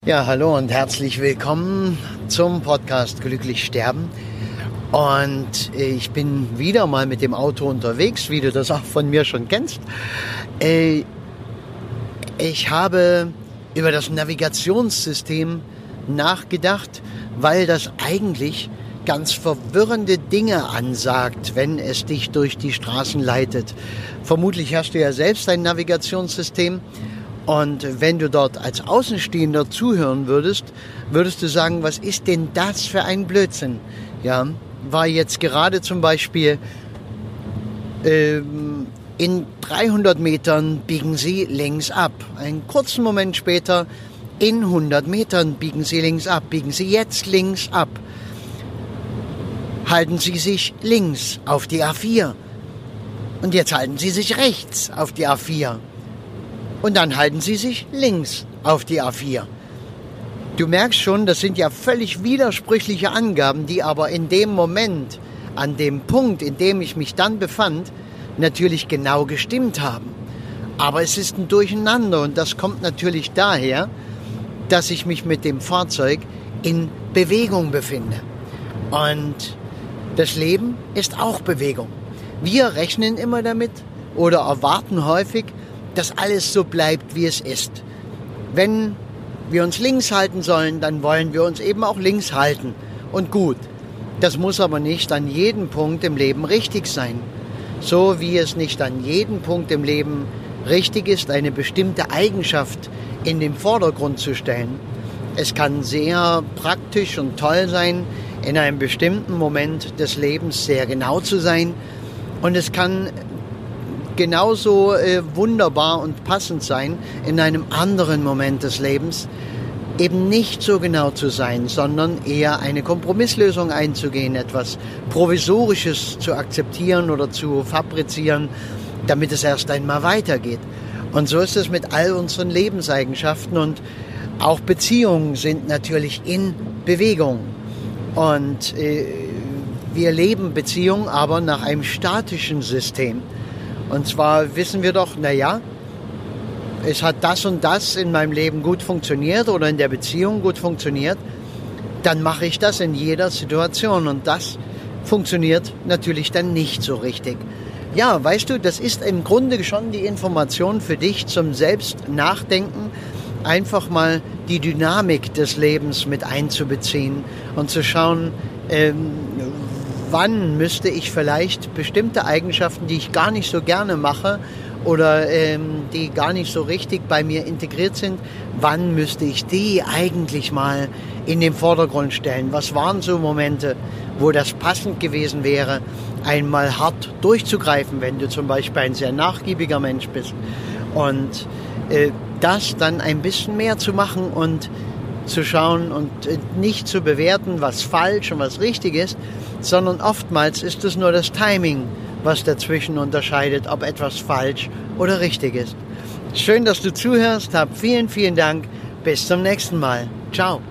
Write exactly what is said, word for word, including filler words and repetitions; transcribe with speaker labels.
Speaker 1: Ja, hallo und herzlich willkommen zum Podcast Glücklich Sterben. Und ich bin wieder mal mit dem Auto unterwegs, wie du das auch von mir schon kennst. Ich habe über das Navigationssystem nachgedacht, weil das eigentlich ganz verwirrende Dinge ansagt, wenn es dich durch die Straßen leitet. Vermutlich hast du ja selbst ein Navigationssystem. Und wenn du dort als Außenstehender zuhören würdest, würdest du sagen, was ist denn das für ein Blödsinn? Ja, war jetzt gerade zum Beispiel ähm, in dreihundert Metern biegen Sie links ab. Einen kurzen Moment später, in hundert Metern biegen Sie links ab. Biegen Sie jetzt links ab. Halten Sie sich links auf die A vier. Und jetzt halten Sie sich rechts auf die A vier. Und dann halten Sie sich links auf die A vier. Du merkst schon, das sind ja völlig widersprüchliche Angaben, die aber in dem Moment, an dem Punkt, in dem ich mich dann befand, natürlich genau gestimmt haben. Aber es ist ein Durcheinander und das kommt natürlich daher, dass ich mich mit dem Fahrzeug in Bewegung befinde. Und das Leben ist auch Bewegung. Wir rechnen immer damit oder erwarten häufig, dass alles so bleibt, wie es ist. Wenn wir uns links halten sollen, dann wollen wir uns eben auch links halten. Und gut, das muss aber nicht an jedem Punkt im Leben richtig sein. So wie es nicht an jedem Punkt im Leben richtig ist, eine bestimmte Eigenschaft in den Vordergrund zu stellen. Es kann sehr praktisch und toll sein, in einem bestimmten Moment des Lebens sehr genau zu sein. Und es kann genauso äh, wunderbar und passend sein, in einem anderen Moment des Lebens eben nicht so genau zu sein, sondern eher eine Kompromisslösung einzugehen, etwas Provisorisches zu akzeptieren oder zu fabrizieren, damit es erst einmal weitergeht. Und so ist es mit all unseren Lebenseigenschaften und auch Beziehungen sind natürlich in Bewegung. Und äh, wir leben Beziehungen aber nach einem statischen System. Und zwar wissen wir doch, naja, es hat das und das in meinem Leben gut funktioniert oder in der Beziehung gut funktioniert, dann mache ich das in jeder Situation und das funktioniert natürlich dann nicht so richtig. Ja, weißt du, das ist im Grunde schon die Information für dich zum Selbstnachdenken, einfach mal die Dynamik des Lebens mit einzubeziehen und zu schauen, ähm, wann müsste ich vielleicht bestimmte Eigenschaften, die ich gar nicht so gerne mache oder ähm, die gar nicht so richtig bei mir integriert sind, wann müsste ich die eigentlich mal in den Vordergrund stellen? Was waren so Momente, wo das passend gewesen wäre, einmal hart durchzugreifen, wenn du zum Beispiel ein sehr nachgiebiger Mensch bist und äh, das dann ein bisschen mehr zu machen und zu schauen und nicht zu bewerten, was falsch und was richtig ist, sondern oftmals ist es nur das Timing, was dazwischen unterscheidet, ob etwas falsch oder richtig ist. Schön, dass du zuhörst. Hab vielen, vielen Dank. Bis zum nächsten Mal. Ciao.